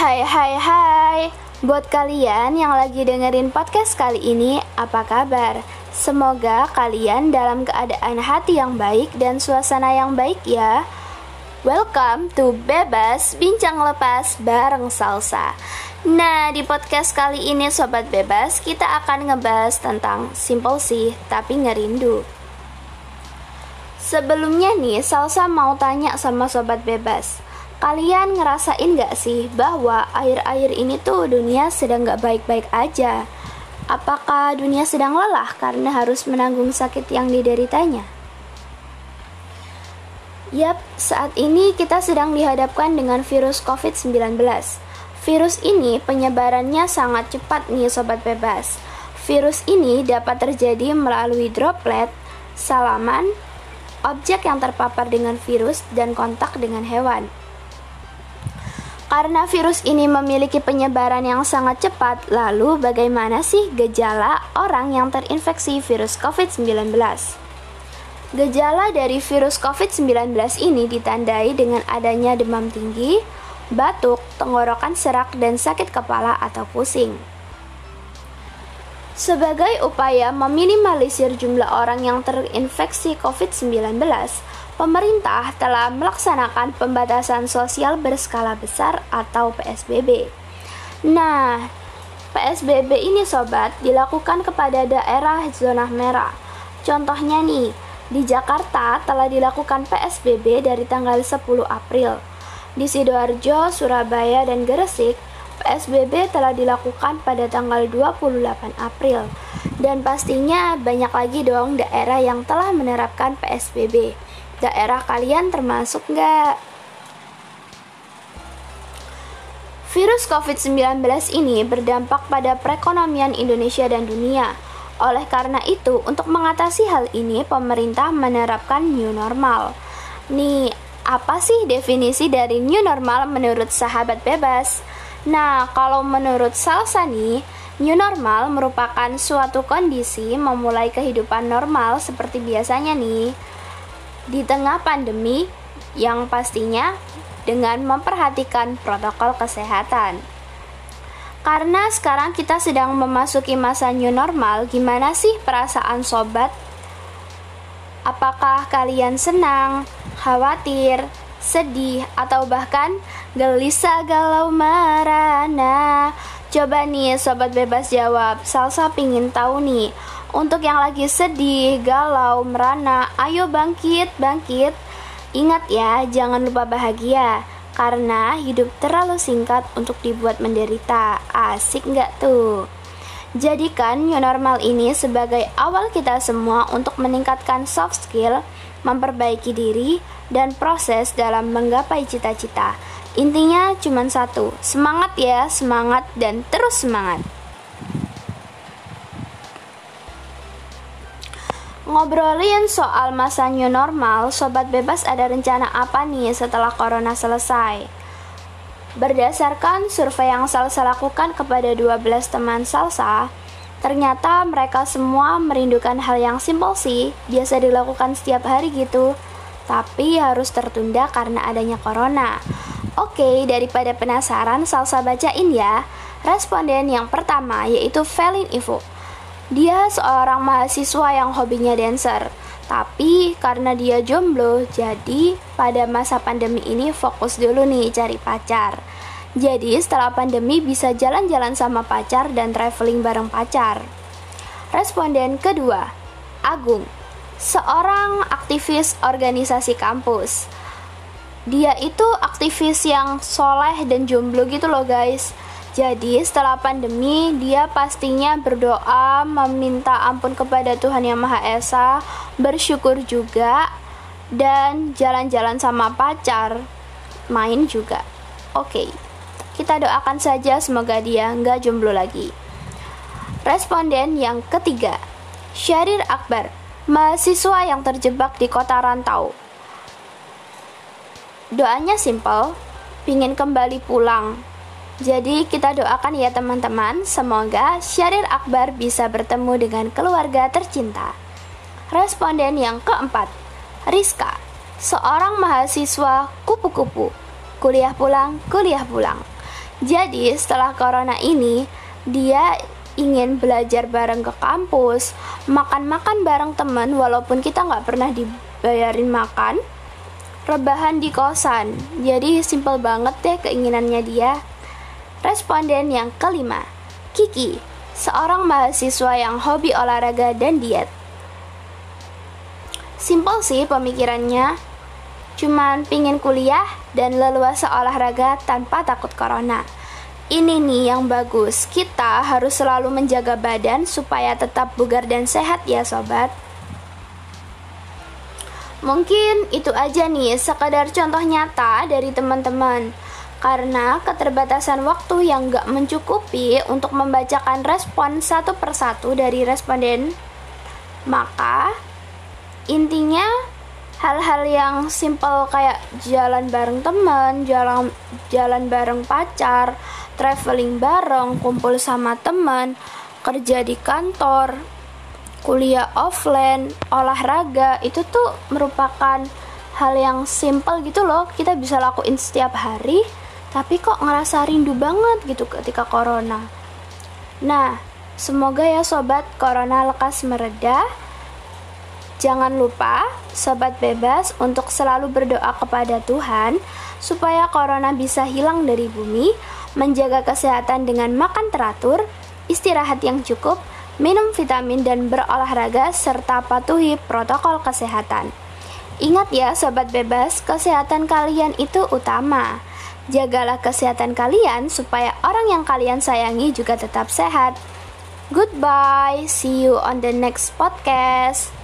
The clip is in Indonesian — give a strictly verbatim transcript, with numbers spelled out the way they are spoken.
Hai hai hai. Buat kalian yang lagi dengerin podcast kali ini, apa kabar? Semoga kalian dalam keadaan hati yang baik dan suasana yang baik ya. Welcome to Bebas Bincang Lepas bareng Salsa. Nah, di podcast kali ini Sobat Bebas, kita akan ngebahas tentang simple sih, tapi ngerindu. Sebelumnya nih, Salsa mau tanya sama Sobat Bebas, kalian ngerasain gak sih bahwa akhir-akhir ini tuh dunia sedang gak baik-baik aja? Apakah dunia sedang lelah karena harus menanggung sakit yang dideritanya? Yap, saat ini kita sedang dihadapkan dengan virus covid sembilan belas. Virus ini penyebarannya sangat cepat nih Sobat Bebas. Virus ini dapat terjadi melalui droplet, salaman, objek yang terpapar dengan virus, dan kontak dengan hewan. Karena virus ini memiliki penyebaran yang sangat cepat, lalu bagaimana sih gejala orang yang terinfeksi virus covid sembilan belas? Gejala dari virus covid sembilan belas ini ditandai dengan adanya demam tinggi, batuk, tenggorokan serak, dan sakit kepala atau pusing. Sebagai upaya meminimalisir jumlah orang yang terinfeksi covid sembilan belas, pemerintah telah melaksanakan pembatasan sosial berskala besar atau P S B B. Nah, P S B B ini sobat dilakukan kepada daerah zona merah. Contohnya nih, di Jakarta telah dilakukan P S B B dari tanggal sepuluh April. Di Sidoarjo, Surabaya, dan Gresik, P S B B telah dilakukan pada tanggal dua puluh delapan April. Dan pastinya banyak lagi dong daerah yang telah menerapkan P S B B. Daerah kalian termasuk nggak? Virus covid sembilan belas ini berdampak pada perekonomian Indonesia dan dunia. Oleh karena itu, untuk mengatasi hal ini, pemerintah menerapkan new normal. Nih, apa sih definisi dari new normal menurut sahabat bebas? Nah, kalau menurut Salsa nih, new normal merupakan suatu kondisi memulai kehidupan normal seperti biasanya nih, di tengah pandemi yang pastinya dengan memperhatikan protokol kesehatan. Karena sekarang kita sedang memasuki masa new normal, gimana sih perasaan sobat? Apakah kalian senang, khawatir, sedih, atau bahkan gelisah, galau, merana? Coba nih sobat bebas jawab. Salsa pingin tahu nih. Untuk yang lagi sedih, galau, merana, ayo bangkit, bangkit. Ingat ya, jangan lupa bahagia. Karena hidup terlalu singkat untuk dibuat menderita. Asik nggak tuh? Jadikan new normal ini sebagai awal kita semua untuk meningkatkan soft skill, memperbaiki diri, dan proses dalam menggapai cita-cita. Intinya cuma satu, semangat ya, semangat dan terus semangat. Ngobrolin soal masa new normal, Sobat Bebas ada rencana apa nih setelah corona selesai? Berdasarkan survei yang Salsa lakukan kepada dua belas teman Salsa, ternyata mereka semua merindukan hal yang simpel sih, biasa dilakukan setiap hari gitu, tapi harus tertunda karena adanya corona. Oke, daripada penasaran, Salsa bacain ya. Responden yang pertama yaitu Felin Ivo. Dia seorang mahasiswa yang hobinya dancer, tapi karena dia jomblo, jadi pada masa pandemi ini fokus dulu nih cari pacar. Jadi setelah pandemi bisa jalan-jalan sama pacar dan traveling bareng pacar. Responden kedua, Agung, seorang aktivis organisasi kampus. Dia itu aktivis yang soleh dan jomblo gitu loh guys. Jadi setelah pandemi dia pastinya berdoa, meminta ampun kepada Tuhan Yang Maha Esa, bersyukur juga, dan jalan-jalan sama pacar, main juga. Oke, kita doakan saja semoga dia nggak jomblo lagi. Responden yang ketiga, Syahrir Akbar, mahasiswa yang terjebak di kota rantau. Doanya simple, pingin kembali pulang. Jadi kita doakan ya teman-teman, semoga Syahrir Akbar bisa bertemu dengan keluarga tercinta. Responden yang keempat, Rizka, seorang mahasiswa kupu-kupu, kuliah pulang, kuliah pulang. Jadi setelah corona ini, dia ingin belajar bareng ke kampus, makan-makan bareng temen walaupun kita nggak pernah dibayarin makan, rebahan di kosan. Jadi simple banget deh keinginannya dia. Responden yang kelima, Kiki, seorang mahasiswa yang hobi olahraga dan diet. Simple sih pemikirannya, cuman pingin kuliah dan leluasa olahraga tanpa takut corona. Ini nih yang bagus, kita harus selalu menjaga badan supaya tetap bugar dan sehat ya sobat. Mungkin itu aja nih sekadar contoh nyata dari teman-teman. Karena keterbatasan waktu yang gak mencukupi untuk membacakan respon satu persatu dari responden, maka intinya hal-hal yang simple kayak jalan bareng teman, jalan, jalan bareng pacar, traveling bareng, kumpul sama teman, kerja di kantor, kuliah offline, olahraga, itu tuh merupakan hal yang simple gitu loh. Kita bisa lakuin setiap hari, tapi kok ngerasa rindu banget gitu ketika corona. Nah, semoga ya sobat, corona lekas mereda. Jangan lupa, sobat bebas, untuk selalu berdoa kepada Tuhan supaya corona bisa hilang dari bumi, menjaga kesehatan dengan makan teratur, istirahat yang cukup, minum vitamin dan berolahraga, serta patuhi protokol kesehatan. Ingat ya sobat bebas, kesehatan kalian itu utama. Jagalah kesehatan kalian supaya orang yang kalian sayangi juga tetap sehat. Goodbye, see you on the next podcast.